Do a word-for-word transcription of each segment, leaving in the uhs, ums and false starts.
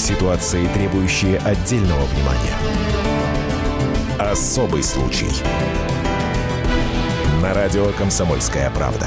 Ситуации, требующие отдельного внимания. Особый случай. На радио «Комсомольская правда».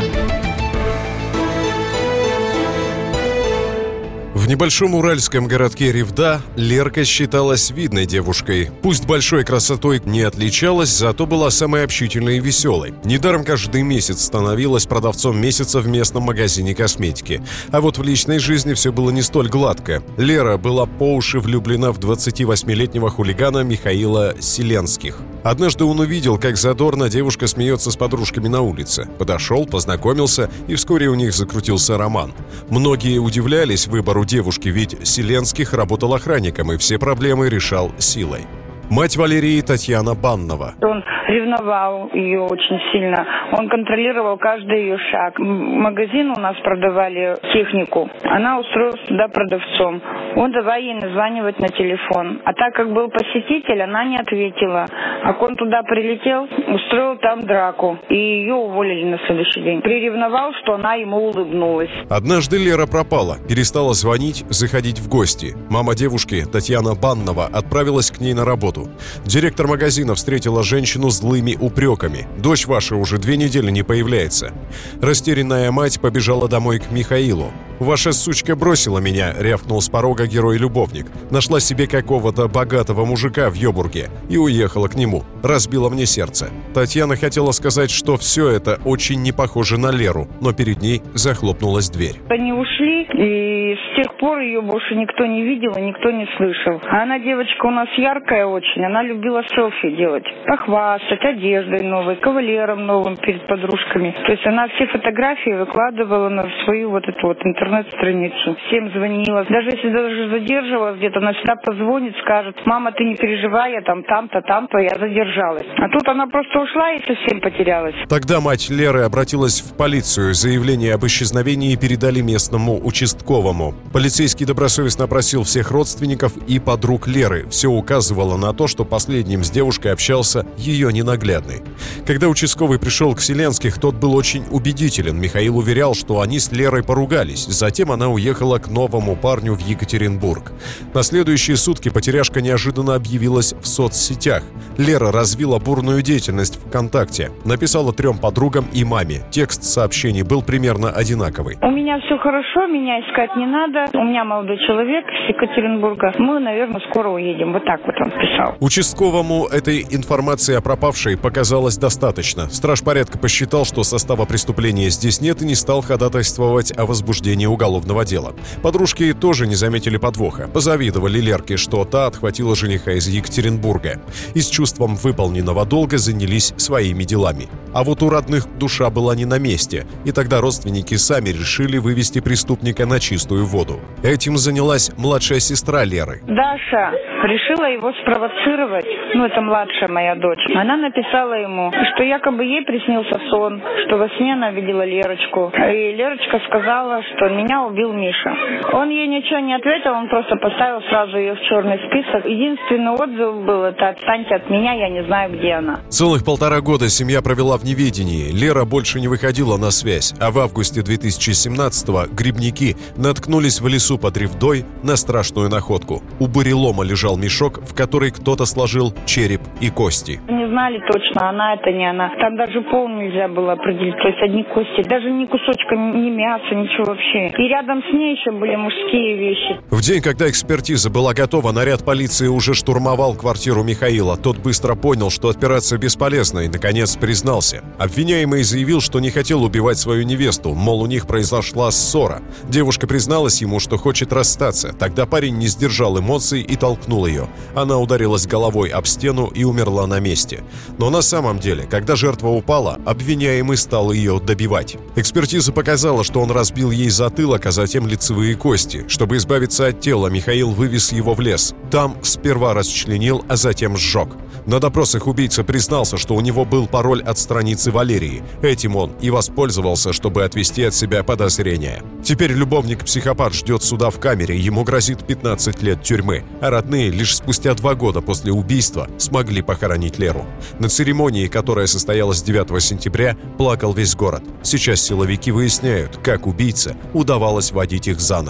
В небольшом уральском городке Ревда Лерка считалась видной девушкой. Пусть большой красотой не отличалась, зато была самой общительной и веселой. Недаром каждый месяц становилась продавцом месяца в местном магазине косметики. А вот в личной жизни все было не столь гладко. Лера была по уши влюблена в двадцативосьмилетнего хулигана Михаила Селенских. Однажды он увидел, как задорно девушка смеется с подружками на улице. Подошел, познакомился, и вскоре у них закрутился роман. Многие удивлялись выбору девушки, ведь Селенских работал охранником и все проблемы решал силой. Мать Валерии Татьяна Баннова. Он ревновал ее очень сильно. Он контролировал каждый ее шаг. В магазин у нас продавали технику. Она устроилась туда продавцом. Он давай ей названивать на телефон. А так как был посетитель, она не ответила. А он туда прилетел, устроил там драку. И ее уволили на следующий день. Приревновал, что она ему улыбнулась. Однажды Лера пропала, перестала звонить, заходить в гости. Мама девушки, Татьяна Баннова, отправилась к ней на работу. Директор магазина встретила женщину злыми упреками. «Дочь ваша уже две недели не появляется». Растерянная мать побежала домой к Михаилу. «Ваша сучка бросила меня», — рявкнул с порога герой-любовник. «Нашла себе какого-то богатого мужика в Йобурге и уехала к нему. Разбила мне сердце». Татьяна хотела сказать, что все это очень не похоже на Леру, но перед ней захлопнулась дверь. Они ушли, и с тех пор ее больше никто не видел и никто не слышал. А она девочка у нас яркая очень, она любила селфи делать, похвастать одеждой новой, кавалером новым перед подружками. То есть она все фотографии выкладывала на свою вот эту вот интернет-страницу. Всем звонила. Даже если даже задерживалась где-то, она всегда позвонит, скажет: «Мама, ты не переживай, я там там-то, там-то, я задержалась». А тут она просто ушла и совсем потерялась. Тогда мать Леры обратилась в полицию. Заявление об исчезновении передали местному участковому. Полицейский добросовестно опросил всех родственников и подруг Леры. Все указывало на то, что последним с девушкой общался ее ненаглядный. Когда участковый пришел к Селенских, тот был очень убедителен. Михаил уверял, что они с Лерой поругались. Затем она уехала к новому парню в Екатеринбург. На следующие сутки потеряшка неожиданно объявилась в соцсетях. Лера развила бурную деятельность ВКонтакте. Написала трем подругам и маме. Текст сообщений был примерно одинаковый. «У меня все хорошо, меня искать не надо. У меня молодой человек с Екатеринбурга. Мы, наверное, скоро уедем». Вот так вот он писал. Участковому этой информации о пропавшей показалось достаточно. Страж порядка посчитал, что состава преступления здесь нет, и не стал ходатайствовать о возбуждении уголовного дела. Подружки тоже не заметили подвоха. Позавидовали Лерке, что та отхватила жениха из Екатеринбурга. И с чувством выполненного долга занялись своими делами. А вот у родных душа была не на месте, и тогда родственники сами решили вывести преступника на чистую воду. Этим занялась младшая сестра Леры. Даша решила его спровоцировать. Ну, это младшая моя дочь. Она написала ему, что якобы ей приснился сон, что во сне она видела Лерочку. И Лерочка сказала, что меня убил Миша. Он ей ничего не ответил, он просто поставил сразу ее в черный список. Единственный отзыв был: это «отстаньте от меня, я не знаю, где она». Целых полтора года семья провела в неведении. Лера больше не выходила на связь. А в августе две тысячи семнадцатого грибники наткнулись в лесу под Ревдой на страшную находку. У бурелома лежал мешок, в который кто-то сложил череп и кости. Не знали точно, она это не она. Там даже пол нельзя было определить. То есть одни кости, даже ни кусочка, ни мяса, ничего вообще. И рядом с ней еще были мужские вещи. В день, когда экспертиза была готова, наряд полиции уже штурмовал квартиру Михаила. Тот быстро понял, что операция бесполезна, и, наконец, признался. Обвиняемый заявил, что не хотел убивать свою невесту, мол, у них произошла ссора. Девушка призналась ему, что хочет расстаться. Тогда парень не сдержал эмоций и толкнул ее. Она ударилась головой об стену и умерла на месте. Но на самом деле, когда жертва упала, обвиняемый стал ее добивать. Экспертиза показала, что он разбил ей затылок, а затем лицевые кости. Чтобы избавиться от тела, Михаил вывез его в лес. Там сперва расчленил, а затем сжег. На допросах убийца признался, что у него был пароль от страницы Валерии. Этим он и воспользовался, чтобы отвести от себя подозрения. Теперь любовник-психопат ждет суда в камере, ему грозит пятнадцать лет тюрьмы, а родные лишь спустя два года после убийства смогли похоронить Леру. На церемонии, которая состоялась девятого сентября, плакал весь город. Сейчас силовики выясняют, как убийце удавалось водить их за нос.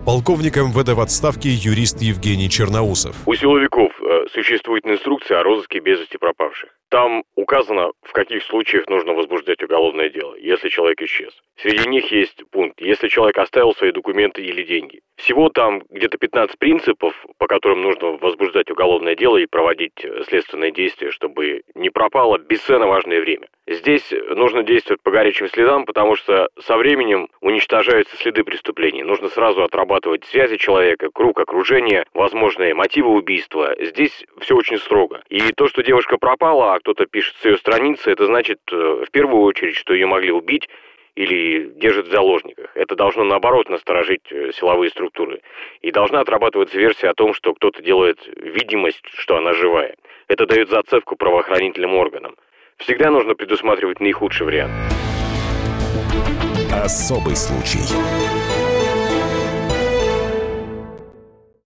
Полковник эм вэ дэ в отставке юрист Евгений Черноусов. У силовиков э, существует инструкция о розыске без вести пропавших. Там указано, в каких случаях нужно возбуждать уголовное дело, если человек исчез. Среди них есть пункт, если человек оставил свои документы или деньги. Всего там где-то пятнадцать принципов, по которым нужно возбуждать уголовное дело и проводить следственные действия, чтобы не пропало бесценно важное время. Здесь нужно действовать по горячим следам, потому что со временем уничтожаются следы преступления. Нужно сразу отрабатывать связи человека, круг окружения, возможные мотивы убийства. Здесь все очень строго. И то, что девушка пропала, а кто-то пишет с ее страницы, это значит в первую очередь, что ее могли убить или держат в заложниках. Это должно, наоборот, насторожить силовые структуры. И должна отрабатываться версия о том, что кто-то делает видимость, что она живая. Это дает зацепку правоохранительным органам. Всегда нужно предусматривать наихудший вариант. Особый случай.